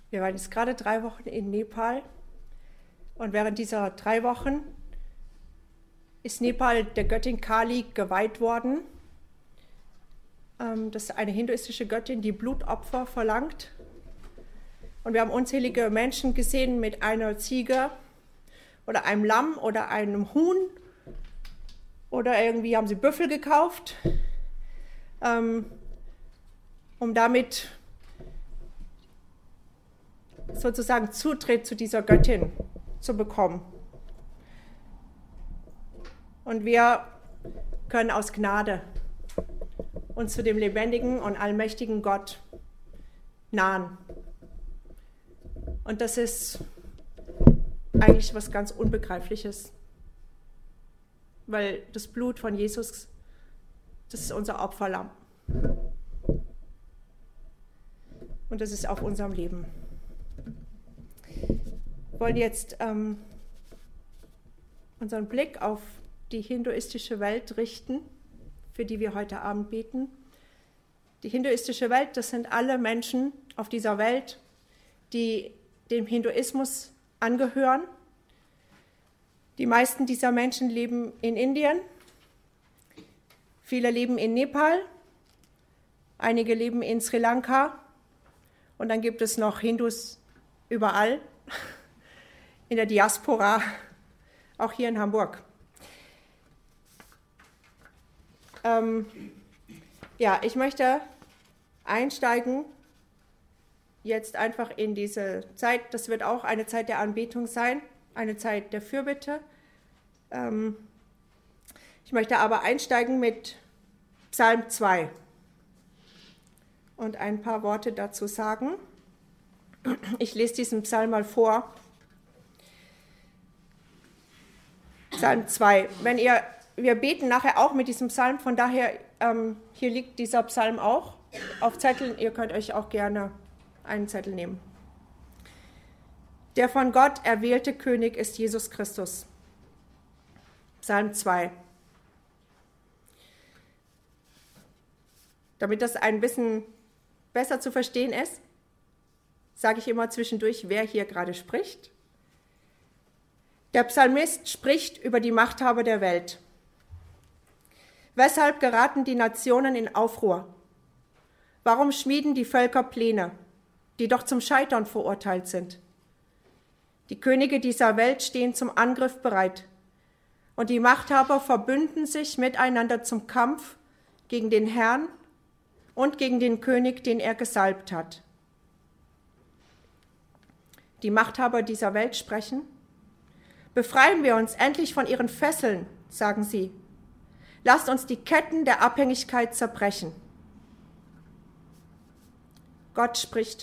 Wir waren jetzt gerade 3 Wochen in Nepal und während dieser 3 Wochen ist Nepal der Göttin Kali geweiht worden. Das ist eine hinduistische Göttin, die Blutopfer verlangt. Und wir haben unzählige Menschen gesehen mit einer Ziege oder einem Lamm oder einem Huhn. Oder irgendwie haben sie Büffel gekauft, um damit sozusagen Zutritt zu dieser Göttin zu bekommen. Und wir können aus Gnade uns zu dem lebendigen und allmächtigen Gott nahen. Und das ist eigentlich was ganz Unbegreifliches, weil das Blut von Jesus, das ist unser Opferlamm. Und das ist auf unserem Leben. Wir wollen jetzt unseren Blick auf die hinduistische Welt richten, für die wir heute Abend beten. Die hinduistische Welt, das sind alle Menschen auf dieser Welt, die dem Hinduismus angehören. Die meisten dieser Menschen leben in Indien, viele leben in Nepal, einige leben in Sri Lanka und dann gibt es noch Hindus überall in der Diaspora, auch hier in Hamburg. Ich möchte einsteigen jetzt einfach in diese Zeit. Das wird auch eine Zeit der Anbetung sein, eine Zeit der Fürbitte. Ich möchte aber einsteigen mit Psalm 2 und ein paar Worte dazu sagen. Ich lese diesen Psalm mal vor. Psalm 2. Wir beten nachher auch mit diesem Psalm, von daher, hier liegt dieser Psalm auch auf Zetteln. Ihr könnt euch auch gerne einen Zettel nehmen. Der von Gott erwählte König ist Jesus Christus. Psalm 2. Damit das ein bisschen besser zu verstehen ist, sage ich immer zwischendurch, wer hier gerade spricht. Der Psalmist spricht über die Machthaber der Welt. Weshalb geraten die Nationen in Aufruhr? Warum schmieden die Völker Pläne, die doch zum Scheitern verurteilt sind? Die Könige dieser Welt stehen zum Angriff bereit und die Machthaber verbünden sich miteinander zum Kampf gegen den Herrn und gegen den König, den er gesalbt hat. Die Machthaber dieser Welt sprechen: Befreien wir uns endlich von ihren Fesseln, sagen sie. Lasst uns die Ketten der Abhängigkeit zerbrechen. Gott spricht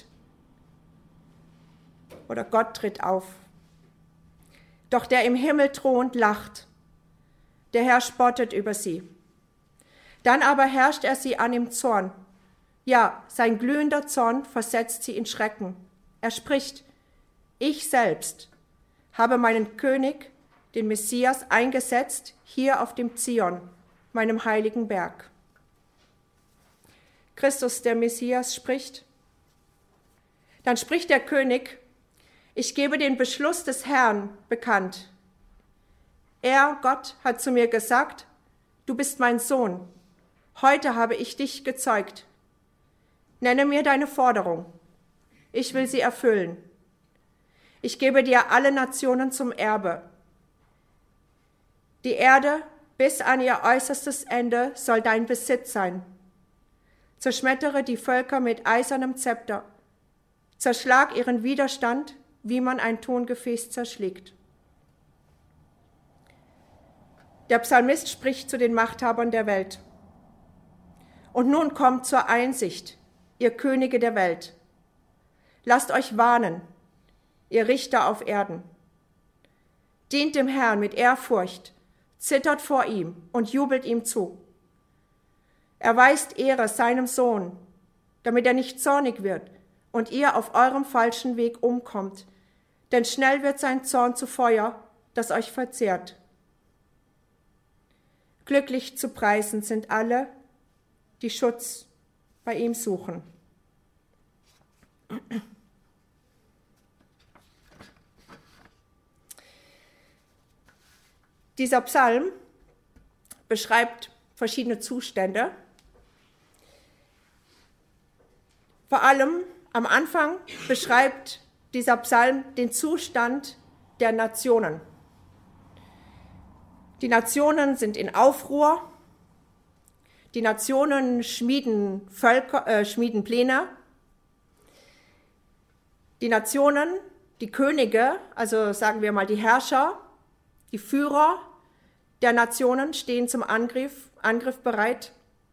oder Gott tritt auf. Doch der im Himmel thront, lacht. Der Herr spottet über sie. Dann aber herrscht er sie an im Zorn. Ja, sein glühender Zorn versetzt sie in Schrecken. Er spricht: Ich selbst habe meinen König, den Messias, eingesetzt hier auf dem Zion, meinem heiligen Berg. Christus, der Messias, spricht. Dann spricht der König: Ich gebe den Beschluss des Herrn bekannt. Er, Gott, hat zu mir gesagt: Du bist mein Sohn. Heute habe ich dich gezeugt. Nenne mir deine Forderung. Ich will sie erfüllen. Ich gebe dir alle Nationen zum Erbe. Die Erde bis an ihr äußerstes Ende soll dein Besitz sein. Zerschmettere die Völker mit eisernem Zepter. Zerschlag ihren Widerstand, wie man ein Tongefäß zerschlägt. Der Psalmist spricht zu den Machthabern der Welt. Und nun kommt zur Einsicht, ihr Könige der Welt. Lasst euch warnen, ihr Richter auf Erden. Dient dem Herrn mit Ehrfurcht, zittert vor ihm und jubelt ihm zu. Erweist Ehre seinem Sohn, damit er nicht zornig wird und ihr auf eurem falschen Weg umkommt, denn schnell wird sein Zorn zu Feuer, das euch verzehrt. Glücklich zu preisen sind alle, die Schutz bei ihm suchen. Dieser Psalm beschreibt verschiedene Zustände. Vor allem am Anfang beschreibt dieser Psalm den Zustand der Nationen. Die Nationen sind in Aufruhr. Die Nationen schmieden Pläne. Die Nationen, die Könige, also sagen wir mal die Herrscher, die Führer der Nationen stehen zum Angriff bereit.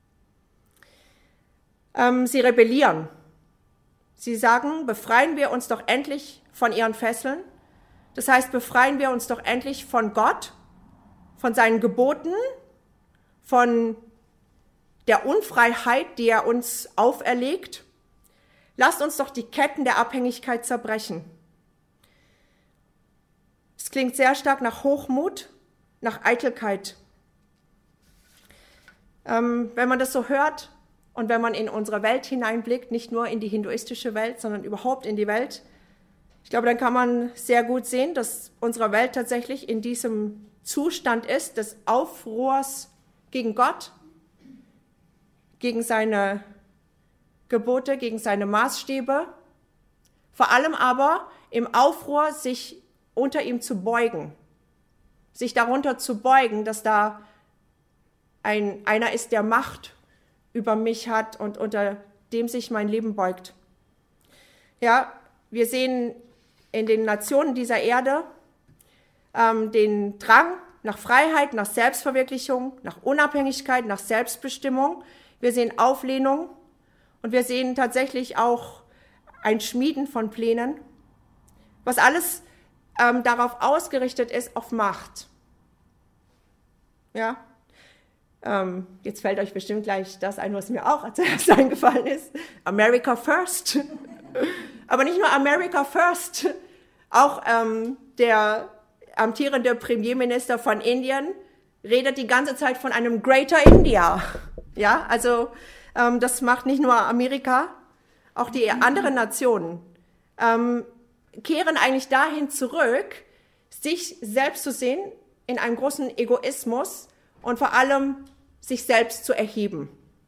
Sie rebellieren. Sie sagen, befreien wir uns doch endlich von ihren Fesseln. Das heißt, befreien wir uns doch endlich von Gott, von seinen Geboten, von der Unfreiheit, die er uns auferlegt. Lasst uns doch die Ketten der Abhängigkeit zerbrechen. Es klingt sehr stark nach Hochmut, nach Eitelkeit. Wenn man das so hört und wenn man in unsere Welt hineinblickt, nicht nur in die hinduistische Welt, sondern überhaupt in die Welt, ich glaube, dann kann man sehr gut sehen, dass unsere Welt tatsächlich in diesem Zustand ist, des Aufruhrs gegen Gott, gegen seine Gebote, gegen seine Maßstäbe, vor allem aber im Aufruhr, sich unter ihm zu beugen, sich darunter zu beugen, dass da einer ist, der Macht über mich hat und unter dem sich mein Leben beugt. Ja, wir sehen in den Nationen dieser Erde den Drang nach Freiheit, nach Selbstverwirklichung, nach Unabhängigkeit, nach Selbstbestimmung. Wir sehen Auflehnung und wir sehen tatsächlich auch ein Schmieden von Plänen, was alles darauf ausgerichtet ist, auf Macht. Ja, jetzt fällt euch bestimmt gleich das ein, was mir auch zuerst eingefallen ist. America first. Aber nicht nur America first, auch der amtierende Premierminister von Indien redet die ganze Zeit von einem Greater India. Ja, also das macht nicht nur Amerika, auch die anderen Nationen kehren eigentlich dahin zurück, sich selbst zu sehen in einem großen Egoismus und vor allem sich selbst zu erheben.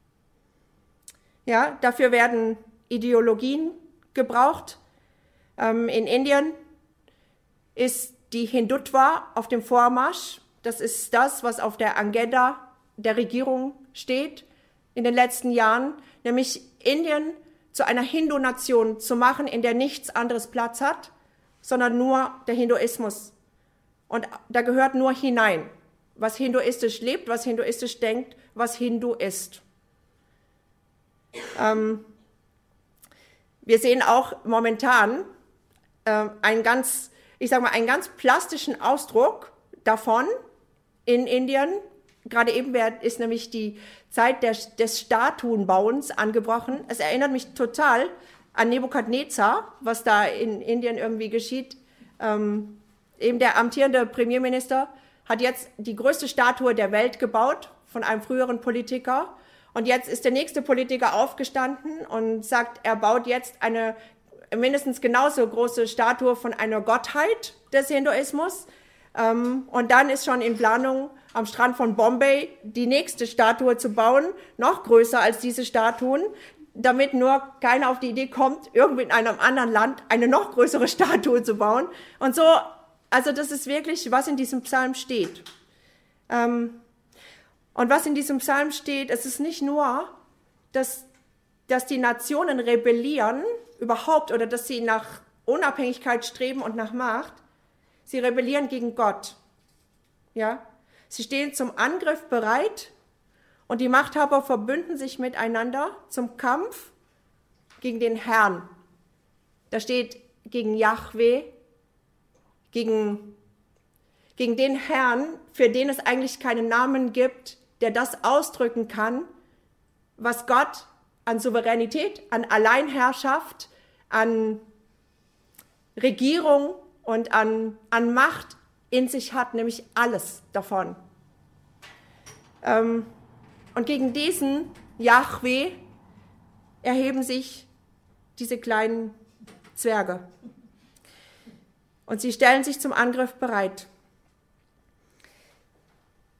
Ja, dafür werden Ideologien gebraucht. In Indien ist die Hindutva auf dem Vormarsch. Das ist das, was auf der Agenda der Regierung steht in den letzten Jahren, nämlich Indien zu einer Hindu-Nation zu machen, in der nichts anderes Platz hat, sondern nur der Hinduismus. Und da gehört nur hinein, was hinduistisch lebt, was hinduistisch denkt, was Hindu ist. Wir sehen auch momentan einen ganz plastischen Ausdruck davon in Indien. Gerade eben ist nämlich die Zeit des Statuenbauens angebrochen. Es erinnert mich total an Nebukadnezar, was da in Indien irgendwie geschieht. Eben der amtierende Premierminister hat jetzt die größte Statue der Welt gebaut von einem früheren Politiker. Und jetzt ist der nächste Politiker aufgestanden und sagt, er baut jetzt eine mindestens genauso große Statue von einer Gottheit des Hinduismus. Und dann ist schon in Planung, am Strand von Bombay die nächste Statue zu bauen, noch größer als diese Statuen, damit nur keiner auf die Idee kommt, irgendwie in einem anderen Land eine noch größere Statue zu bauen. Und so, also das ist wirklich, was in diesem Psalm steht. Und was in diesem Psalm steht, es ist nicht nur, dass die Nationen rebellieren überhaupt oder dass sie nach Unabhängigkeit streben und nach Macht. Sie rebellieren gegen Gott. Ja? Sie stehen zum Angriff bereit und die Machthaber verbünden sich miteinander zum Kampf gegen den Herrn. Da steht gegen Jahwe, gegen den Herrn, für den es eigentlich keinen Namen gibt, der das ausdrücken kann, was Gott an Souveränität, an Alleinherrschaft, an Regierung und an Macht in sich hat, nämlich alles davon. Und gegen diesen Jahwe erheben sich diese kleinen Zwerge. Und sie stellen sich zum Angriff bereit.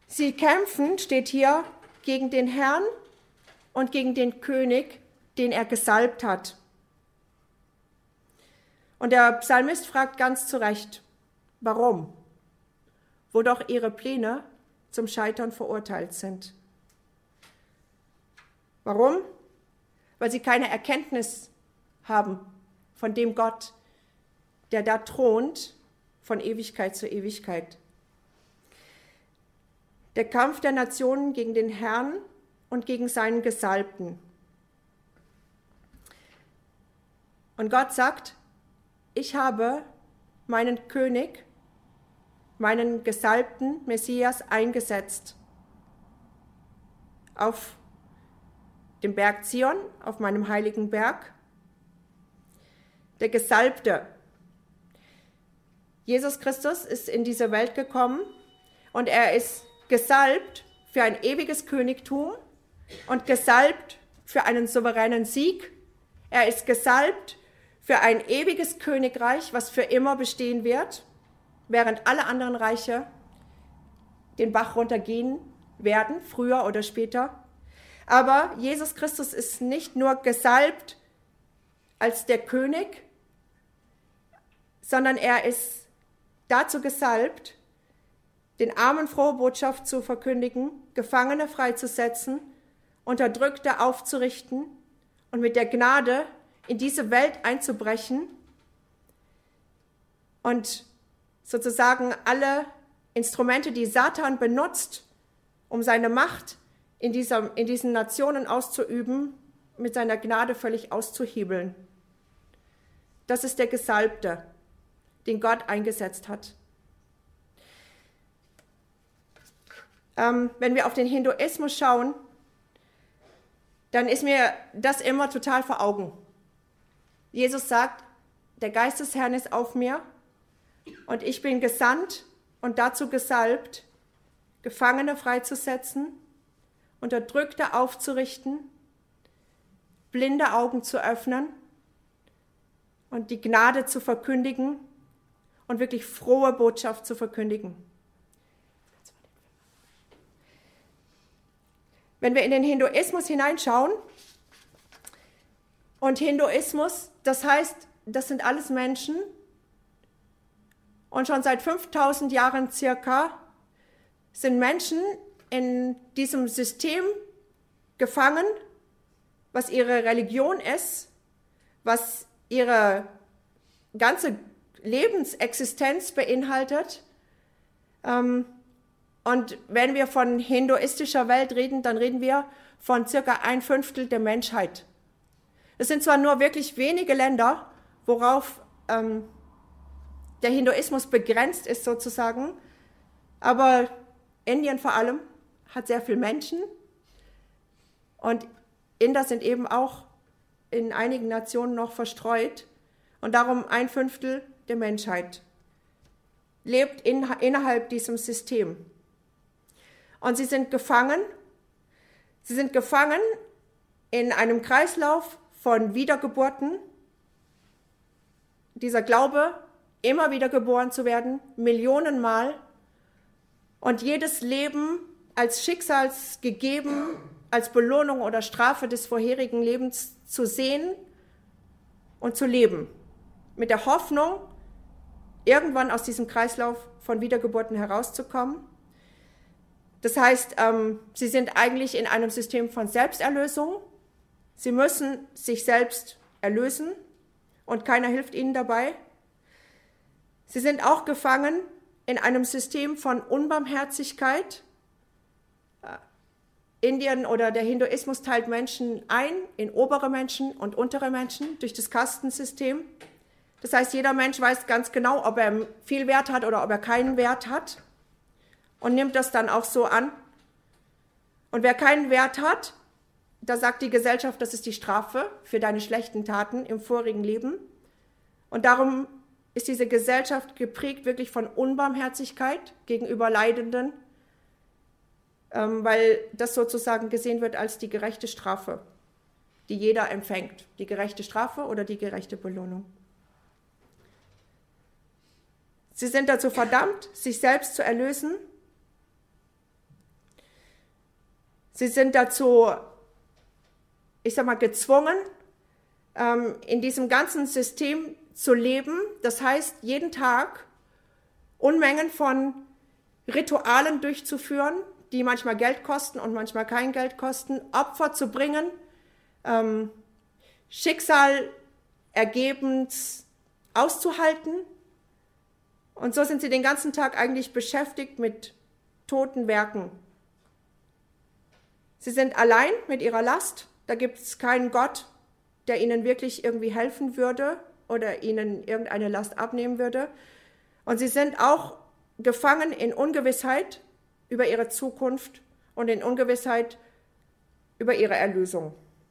Sie kämpfen, steht hier, gegen den Herrn und gegen den König, den er gesalbt hat. Und der Psalmist fragt ganz zu Recht, warum? Wo doch ihre Pläne zum Scheitern verurteilt sind. Warum? Weil sie keine Erkenntnis haben von dem Gott, der da thront von Ewigkeit zu Ewigkeit. Der Kampf der Nationen gegen den Herrn und gegen seinen Gesalbten. Und Gott sagt, ich habe meinen König, meinen gesalbten Messias eingesetzt auf dem Berg Zion, auf meinem heiligen Berg. Der Gesalbte. Jesus Christus ist in diese Welt gekommen und er ist gesalbt für ein ewiges Königtum und gesalbt für einen souveränen Sieg. Er ist gesalbt für ein ewiges Königreich, was für immer bestehen wird, während alle anderen Reiche den Bach runtergehen werden, früher oder später. Aber Jesus Christus ist nicht nur gesalbt als der König, sondern er ist dazu gesalbt, den Armen frohe Botschaft zu verkündigen, Gefangene freizusetzen, Unterdrückte aufzurichten und mit der Gnade in diese Welt einzubrechen und sozusagen alle Instrumente, die Satan benutzt, um seine Macht in diesen Nationen auszuüben, mit seiner Gnade völlig auszuhebeln. Das ist der Gesalbte, den Gott eingesetzt hat. Wenn wir auf den Hinduismus schauen, dann ist mir das immer total vor Augen. Jesus sagt, der Geist des Herrn ist auf mir und ich bin gesandt und dazu gesalbt, Gefangene freizusetzen, Unterdrückte aufzurichten, blinde Augen zu öffnen und die Gnade zu verkündigen und wirklich frohe Botschaft zu verkündigen. Wenn wir in den Hinduismus hineinschauen, und Hinduismus, das heißt, das sind alles Menschen und schon seit 5000 Jahren circa sind Menschen in diesem System gefangen, was ihre Religion ist, was ihre ganze Lebensexistenz beinhaltet. Und wenn wir von hinduistischer Welt reden, dann reden wir von circa 1/5 der Menschheit. Es sind zwar nur wirklich wenige Länder, worauf der Hinduismus begrenzt ist sozusagen, aber Indien vor allem hat sehr viele Menschen und Inder sind eben auch in einigen Nationen noch verstreut und darum 1/5 der Menschheit lebt innerhalb diesem System. Und sie sind gefangen in einem Kreislauf von Wiedergeburten, dieser Glaube, immer wieder geboren zu werden, Millionenmal und jedes Leben als schicksalsgegeben, als Belohnung oder Strafe des vorherigen Lebens zu sehen und zu leben, mit der Hoffnung, irgendwann aus diesem Kreislauf von Wiedergeburten herauszukommen. Das heißt, sie sind eigentlich in einem System von Selbsterlösung. Sie müssen sich selbst erlösen und keiner hilft ihnen dabei. Sie sind auch gefangen in einem System von Unbarmherzigkeit. Indien oder der Hinduismus teilt Menschen ein in obere Menschen und untere Menschen durch das Kastensystem. Das heißt, jeder Mensch weiß ganz genau, ob er viel Wert hat oder ob er keinen Wert hat und nimmt das dann auch so an. Und wer keinen Wert hat, da sagt die Gesellschaft, das ist die Strafe für deine schlechten Taten im vorigen Leben. Und darum ist diese Gesellschaft geprägt wirklich von Unbarmherzigkeit gegenüber Leidenden, weil das sozusagen gesehen wird als die gerechte Strafe, die jeder empfängt. Die gerechte Strafe oder die gerechte Belohnung. Sie sind dazu verdammt, sich selbst zu erlösen Sie sind dazu, gezwungen, in diesem ganzen System zu leben. Das heißt, jeden Tag Unmengen von Ritualen durchzuführen, die manchmal Geld kosten und manchmal kein Geld kosten, Opfer zu bringen, Schicksal ergebend auszuhalten. Und so sind sie den ganzen Tag eigentlich beschäftigt mit toten Werken. Sie sind allein mit ihrer Last. Da gibt es keinen Gott, der ihnen wirklich irgendwie helfen würde oder ihnen irgendeine Last abnehmen würde. Und sie sind auch gefangen in Ungewissheit über ihre Zukunft und in Ungewissheit über ihre Erlösung.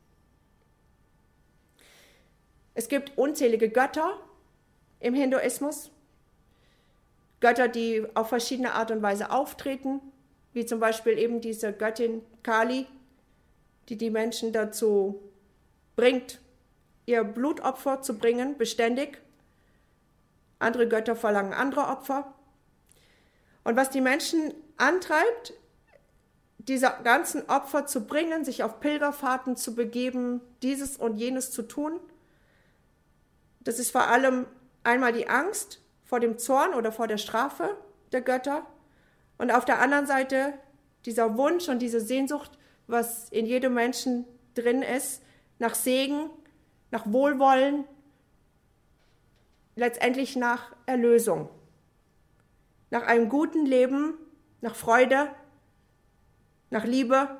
Es gibt unzählige Götter im Hinduismus, Götter, die auf verschiedene Art und Weise auftreten, wie zum Beispiel eben diese Göttin Kali, die die Menschen dazu bringt, ihr Blutopfer zu bringen, beständig. Andere Götter verlangen andere Opfer. Und was die Menschen antreibt, diese ganzen Opfer zu bringen, sich auf Pilgerfahrten zu begeben, dieses und jenes zu tun, das ist vor allem einmal die Angst vor dem Zorn oder vor der Strafe der Götter und auf der anderen Seite dieser Wunsch und diese Sehnsucht, was in jedem Menschen drin ist, nach Segen, nach Wohlwollen, letztendlich nach Erlösung, nach einem guten Leben, nach Freude, nach Liebe,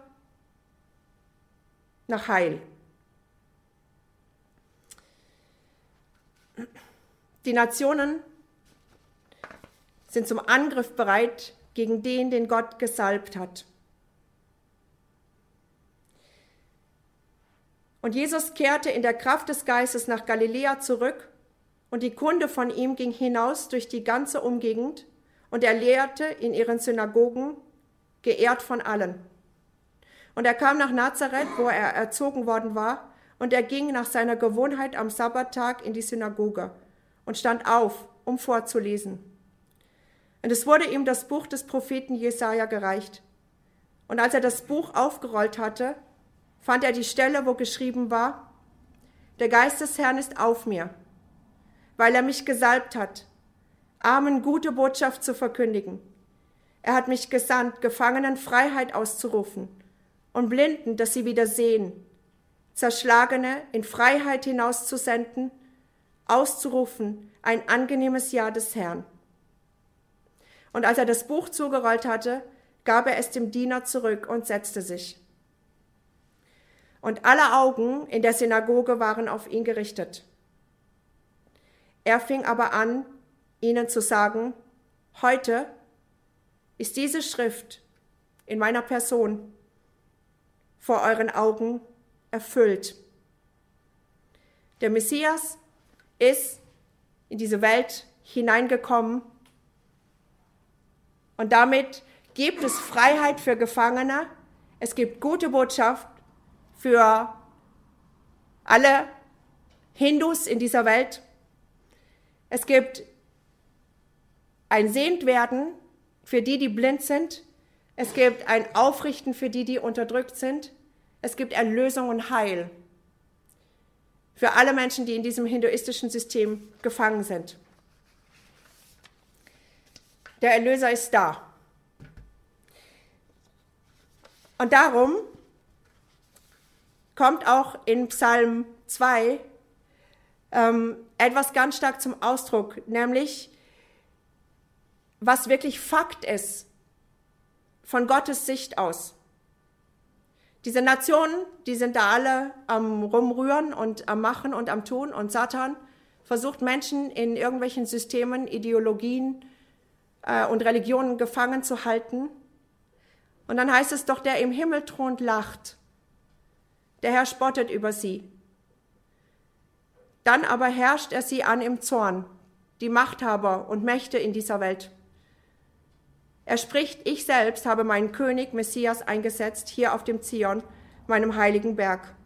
nach Heil. Die Nationen sind zum Angriff bereit gegen den Gott gesalbt hat. Und Jesus kehrte in der Kraft des Geistes nach Galiläa zurück und die Kunde von ihm ging hinaus durch die ganze Umgegend und er lehrte in ihren Synagogen, geehrt von allen. Und er kam nach Nazareth, wo er erzogen worden war, und er ging nach seiner Gewohnheit am Sabbattag in die Synagoge und stand auf, um vorzulesen. Und es wurde ihm das Buch des Propheten Jesaja gereicht. Und als er das Buch aufgerollt hatte, fand er die Stelle, wo geschrieben war: Der Geist des Herrn ist auf mir, weil er mich gesalbt hat, Armen gute Botschaft zu verkündigen. Er hat mich gesandt, Gefangenen Freiheit auszurufen und Blinden, dass sie wieder sehen, Zerschlagene in Freiheit hinauszusenden, auszurufen, ein angenehmes Jahr des Herrn. Und als er das Buch zugerollt hatte, gab er es dem Diener zurück und setzte sich. Und alle Augen in der Synagoge waren auf ihn gerichtet. Er fing aber an, ihnen zu sagen: Heute ist diese Schrift in meiner Person vor euren Augen erfüllt. Der Messias ist in diese Welt hineingekommen und damit gibt es Freiheit für Gefangene. Es gibt gute Botschaft für alle Hindus in dieser Welt. Es gibt ein Sehendwerden für die, die blind sind. Es gibt ein Aufrichten für die, die unterdrückt sind. Es gibt Erlösung und Heil für alle Menschen, die in diesem hinduistischen System gefangen sind. Der Erlöser ist da. Und darum kommt auch in Psalm 2 etwas ganz stark zum Ausdruck, nämlich was wirklich Fakt ist von Gottes Sicht aus. Diese Nationen, die sind da alle am Rumrühren und am Machen und am Tun und Satan versucht Menschen in irgendwelchen Systemen, Ideologien und Religionen gefangen zu halten. Und dann heißt es doch, der im Himmel thront, lacht. Der Herr spottet über sie. Dann aber herrscht er sie an im Zorn, die Machthaber und Mächte in dieser Welt. Er spricht: Ich selbst habe meinen König Messias eingesetzt, hier auf dem Zion, meinem heiligen Berg.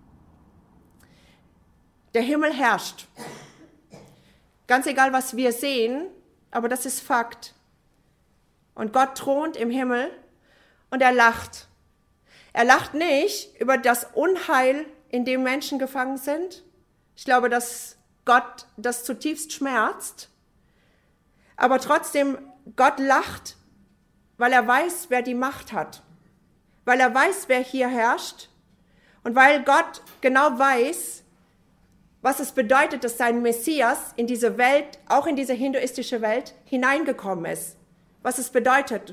Der Himmel herrscht. Ganz egal, was wir sehen, aber das ist Fakt. Und Gott thront im Himmel und er lacht. Er lacht nicht über das Unheil, in dem Menschen gefangen sind. Ich glaube, dass Gott das zutiefst schmerzt. Aber trotzdem, Gott lacht, weil er weiß, wer die Macht hat. Weil er weiß, wer hier herrscht. Und weil Gott genau weiß, was es bedeutet, dass sein Messias in diese Welt, auch in diese hinduistische Welt, hineingekommen ist. Was es bedeutet.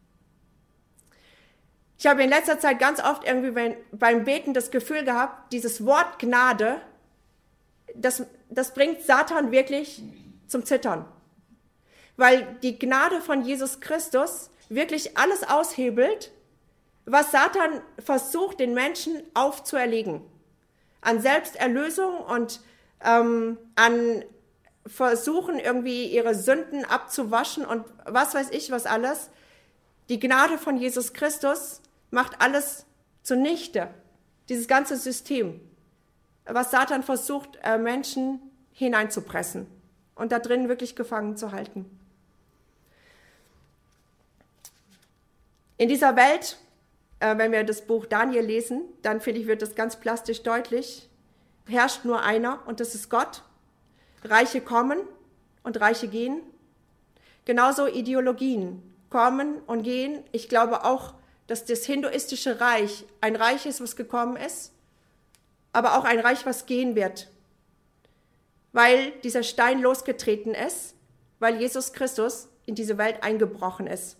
Ich habe in letzter Zeit ganz oft irgendwie beim Beten das Gefühl gehabt, dieses Wort Gnade, das bringt Satan wirklich zum Zittern. Weil die Gnade von Jesus Christus wirklich alles aushebelt, was Satan versucht, den Menschen aufzuerlegen. An Selbsterlösung und an Versuchen, irgendwie ihre Sünden abzuwaschen und was weiß ich, was alles. Die Gnade von Jesus Christus macht alles zunichte. Dieses ganze System, was Satan versucht, Menschen hineinzupressen und da drin wirklich gefangen zu halten. In dieser Welt, wenn wir das Buch Daniel lesen, dann finde ich, wird das ganz plastisch deutlich, herrscht nur einer und das ist Gott. Reiche kommen und Reiche gehen. Genauso Ideologien kommen und gehen. Ich glaube auch, dass das hinduistische Reich ein Reich ist, was gekommen ist, aber auch ein Reich, was gehen wird, weil dieser Stein losgetreten ist, weil Jesus Christus in diese Welt eingebrochen ist.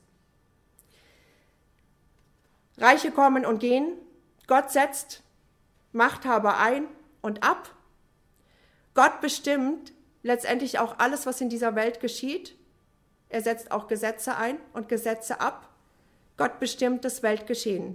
Reiche kommen und gehen, Gott setzt Machthaber ein und ab. Gott bestimmt letztendlich auch alles, was in dieser Welt geschieht. Er setzt auch Gesetze ein und Gesetze ab. Gott bestimmt das Weltgeschehen.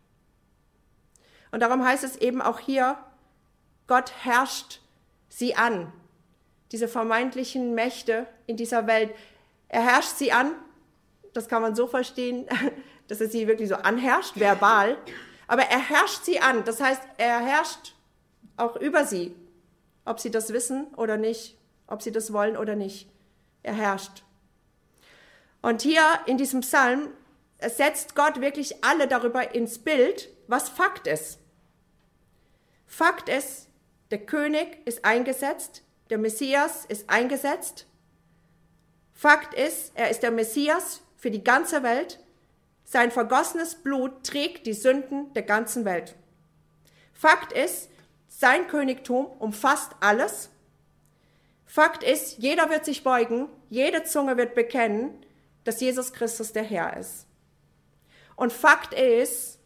Und darum heißt es eben auch hier, Gott herrscht sie an, diese vermeintlichen Mächte in dieser Welt. Er herrscht sie an, das kann man so verstehen, dass er sie wirklich so anherrscht, verbal, aber er herrscht sie an, das heißt, er herrscht auch über sie, ob sie das wissen oder nicht, ob sie das wollen oder nicht. Er herrscht. Und hier in diesem Psalm setzt Gott wirklich alle darüber ins Bild, was Fakt ist. Fakt ist, der König ist eingesetzt, der Messias ist eingesetzt. Fakt ist, er ist der Messias für die ganze Welt. Sein vergossenes Blut trägt die Sünden der ganzen Welt. Fakt ist, sein Königtum umfasst alles. Fakt ist, jeder wird sich beugen, jede Zunge wird bekennen, dass Jesus Christus der Herr ist. Und Fakt ist,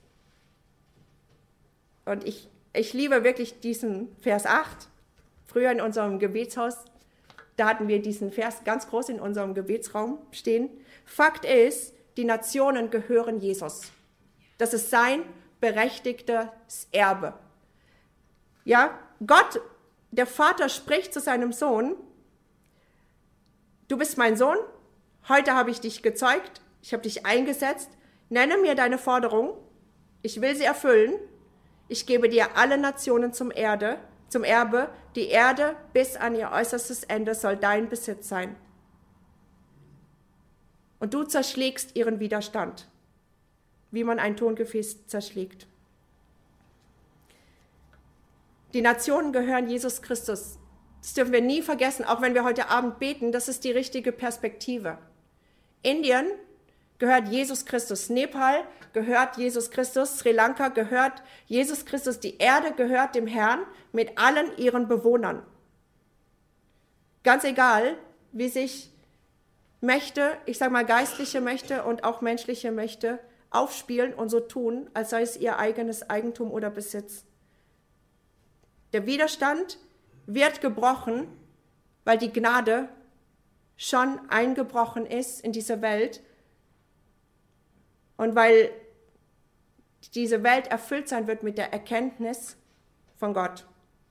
und ich liebe wirklich diesen Vers 8, früher in unserem Gebetshaus, da hatten wir diesen Vers ganz groß in unserem Gebetsraum stehen. Fakt ist, die Nationen gehören Jesus. Das ist sein berechtigtes Erbe. Ja, Gott, der Vater, spricht zu seinem Sohn, du bist mein Sohn, heute habe ich dich gezeugt, ich habe dich eingesetzt, nenne mir deine Forderung, ich will sie erfüllen, ich gebe dir alle Nationen zum Erbe, die Erde bis an ihr äußerstes Ende soll dein Besitz sein. Und du zerschlägst ihren Widerstand, wie man ein Tongefäß zerschlägt. Die Nationen gehören Jesus Christus. Das dürfen wir nie vergessen, auch wenn wir heute Abend beten, das ist die richtige Perspektive. Indien gehört Jesus Christus, Nepal gehört Jesus Christus, Sri Lanka gehört Jesus Christus, die Erde gehört dem Herrn mit allen ihren Bewohnern. Ganz egal, wie sich Mächte, ich sage mal geistliche Mächte und auch menschliche Mächte aufspielen und so tun, als sei es ihr eigenes Eigentum oder Besitz. Der Widerstand wird gebrochen, weil die Gnade schon eingebrochen ist in diese Welt und weil diese Welt erfüllt sein wird mit der Erkenntnis von Gott.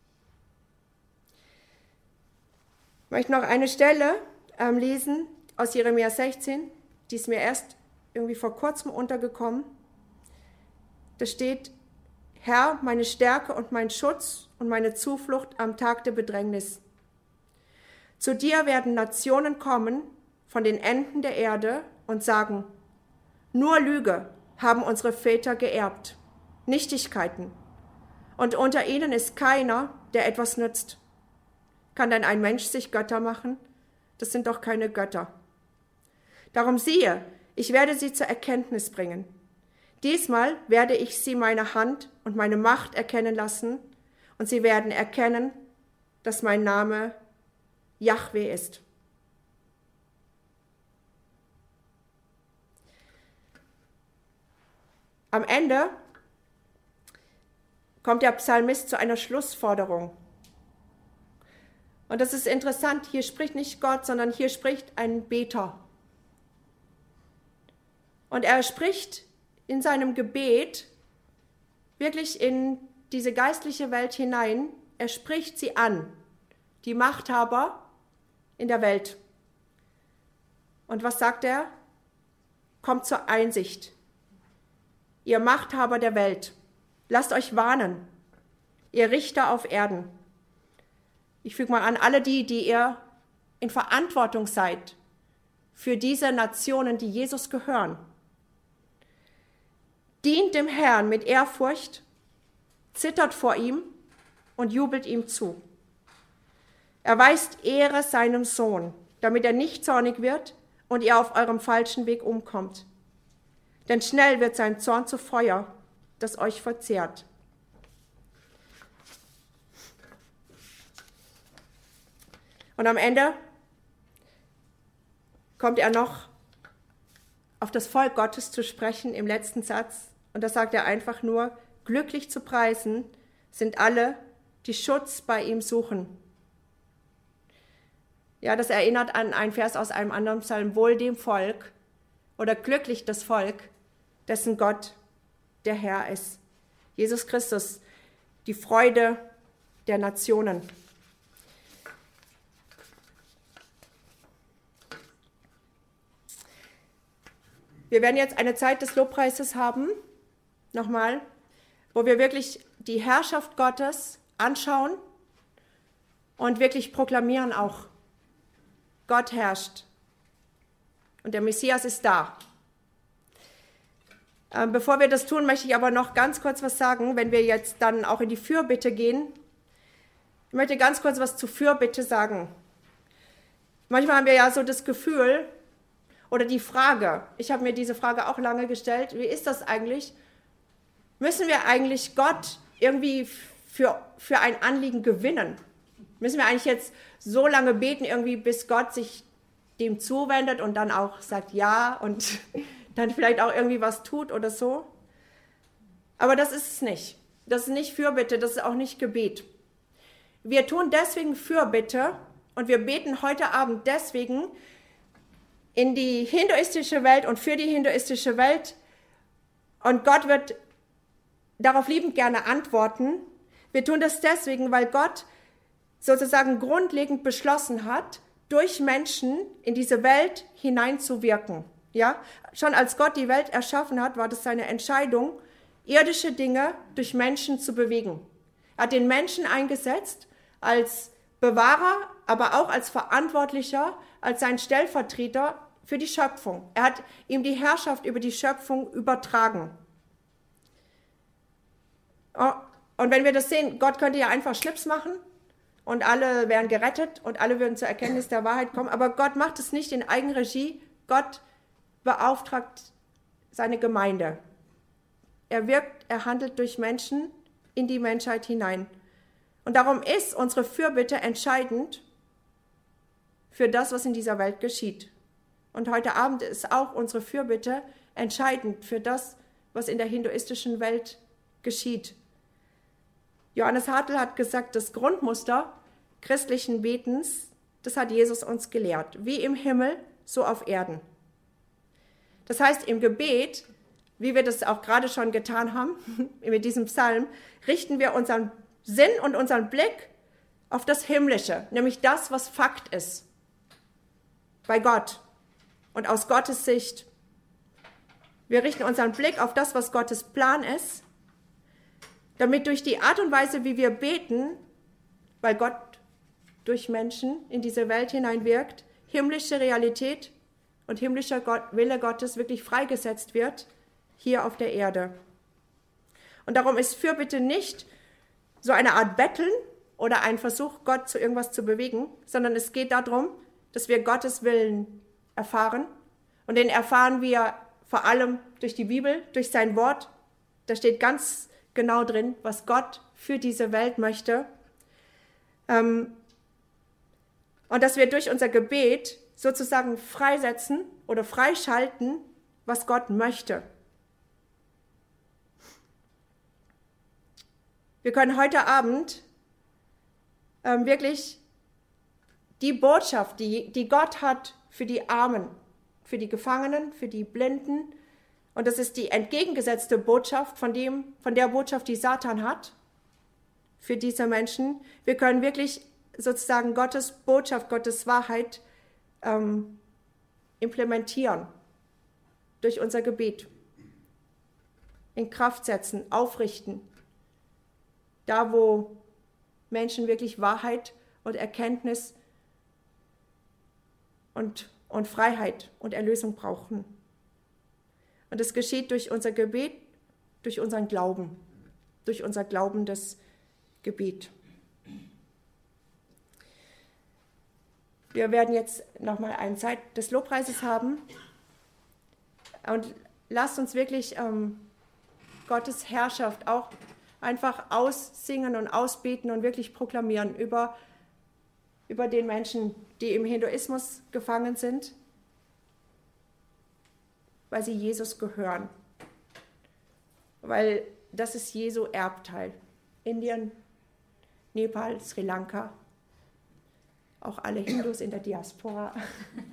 Ich möchte noch eine Stelle lesen aus Jeremia 16, die ist mir erst irgendwie vor kurzem untergekommen. Da steht, Herr, meine Stärke und mein Schutz und meine Zuflucht am Tag der Bedrängnis. Zu dir werden Nationen kommen von den Enden der Erde und sagen, nur Lüge haben unsere Väter geerbt. Nichtigkeiten. Und unter ihnen ist keiner, der etwas nützt. Kann denn ein Mensch sich Götter machen? Das sind doch keine Götter. Darum siehe, ich werde sie zur Erkenntnis bringen. Diesmal werde ich sie meine Hand und meine Macht erkennen lassen, und sie werden erkennen, dass mein Name Jahwe ist. Am Ende kommt der Psalmist zu einer Schlussforderung. Und das ist interessant, hier spricht nicht Gott, sondern hier spricht ein Beter. Und er spricht in seinem Gebet wirklich in diese geistliche Welt hinein. Er spricht sie an, die Machthaber in der Welt. Und was sagt er? Kommt zur Einsicht. Ihr Machthaber der Welt, lasst euch warnen, ihr Richter auf Erden. Ich füge mal an, alle die ihr in Verantwortung seid für diese Nationen, die Jesus gehören. Dient dem Herrn mit Ehrfurcht, zittert vor ihm und jubelt ihm zu. Erweist Ehre seinem Sohn, damit er nicht zornig wird und ihr auf eurem falschen Weg umkommt. Denn schnell wird sein Zorn zu Feuer, das euch verzehrt. Und am Ende kommt er noch auf das Volk Gottes zu sprechen im letzten Satz. Und da sagt er einfach nur, glücklich zu preisen sind alle, die Schutz bei ihm suchen. Ja, das erinnert an einen Vers aus einem anderen Psalm, wohl dem Volk oder glücklich das Volk, dessen Gott der Herr ist. Jesus Christus, die Freude der Nationen. Wir werden jetzt eine Zeit des Lobpreises haben, nochmal, wo wir wirklich die Herrschaft Gottes anschauen und wirklich proklamieren auch, Gott herrscht und der Messias ist da. Bevor wir das tun, möchte ich aber noch ganz kurz was sagen, wenn wir jetzt dann auch in die Fürbitte gehen. Ich möchte ganz kurz was zur Fürbitte sagen. Manchmal haben wir ja so das Gefühl oder die Frage, ich habe mir diese Frage auch lange gestellt, wie ist das eigentlich? Müssen wir eigentlich Gott irgendwie für ein Anliegen gewinnen? Müssen wir eigentlich jetzt so lange beten, irgendwie, bis Gott sich dem zuwendet und dann auch sagt ja und dann vielleicht auch irgendwie was tut oder so? Aber das ist es nicht. Das ist nicht Fürbitte, das ist auch nicht Gebet. Wir tun deswegen Fürbitte und wir beten heute Abend deswegen in die hinduistische Welt und für die hinduistische Welt. Und Gott wird darauf liebend gerne antworten. Wir tun das deswegen, weil Gott sozusagen grundlegend beschlossen hat, durch Menschen in diese Welt hineinzuwirken. Ja? Schon als Gott die Welt erschaffen hat, war das seine Entscheidung, irdische Dinge durch Menschen zu bewegen. Er hat den Menschen eingesetzt als Bewahrer, aber auch als Verantwortlicher, als sein Stellvertreter für die Schöpfung. Er hat ihm die Herrschaft über die Schöpfung übertragen. Und wenn wir das sehen, Gott könnte ja einfach Schnips machen und alle wären gerettet und alle würden zur Erkenntnis der Wahrheit kommen. Aber Gott macht es nicht in Eigenregie. Gott beauftragt seine Gemeinde. Er wirkt, er handelt durch Menschen in die Menschheit hinein. Und darum ist unsere Fürbitte entscheidend für das, was in dieser Welt geschieht. Und heute Abend ist auch unsere Fürbitte entscheidend für das, was in der hinduistischen Welt geschieht. Johannes Hartl hat gesagt, das Grundmuster christlichen Betens, das hat Jesus uns gelehrt. Wie im Himmel, so auf Erden. Das heißt, im Gebet, wie wir das auch gerade schon getan haben, mit diesem Psalm, richten wir unseren Sinn und unseren Blick auf das Himmlische, nämlich das, was Fakt ist, bei Gott und aus Gottes Sicht. Wir richten unseren Blick auf das, was Gottes Plan ist, damit durch die Art und Weise, wie wir beten, weil Gott durch Menschen in diese Welt hineinwirkt, himmlische Realität und himmlischer Wille Gottes wirklich freigesetzt wird, hier auf der Erde. Und darum ist Fürbitte nicht so eine Art Betteln oder ein Versuch, Gott zu irgendwas zu bewegen, sondern es geht darum, dass wir Gottes Willen erfahren. Und den erfahren wir vor allem durch die Bibel, durch sein Wort. Da steht ganz genau drin, was Gott für diese Welt möchte. Und dass wir durch unser Gebet sozusagen freisetzen oder freischalten, was Gott möchte. Wir können heute Abend wirklich die Botschaft, die Gott hat für die Armen, für die Gefangenen, für die Blinden, und das ist die entgegengesetzte Botschaft von der Botschaft, die Satan hat, für diese Menschen. Wir können wirklich sozusagen Gottes Botschaft, Gottes Wahrheit implementieren durch unser Gebet, in Kraft setzen, aufrichten, da wo Menschen wirklich Wahrheit und Erkenntnis und Freiheit und Erlösung brauchen. Und es geschieht durch unser Gebet, durch unseren Glauben, durch unser glaubendes Gebet. Wir werden jetzt nochmal eine Zeit des Lobpreises haben und lasst uns wirklich Gottes Herrschaft auch einfach aussingen und ausbeten und wirklich proklamieren über den Menschen, die im Hinduismus gefangen sind, weil sie Jesus gehören. Weil das ist Jesu Erbteil. Indien, Nepal, Sri Lanka, auch alle Hindus in der Diaspora.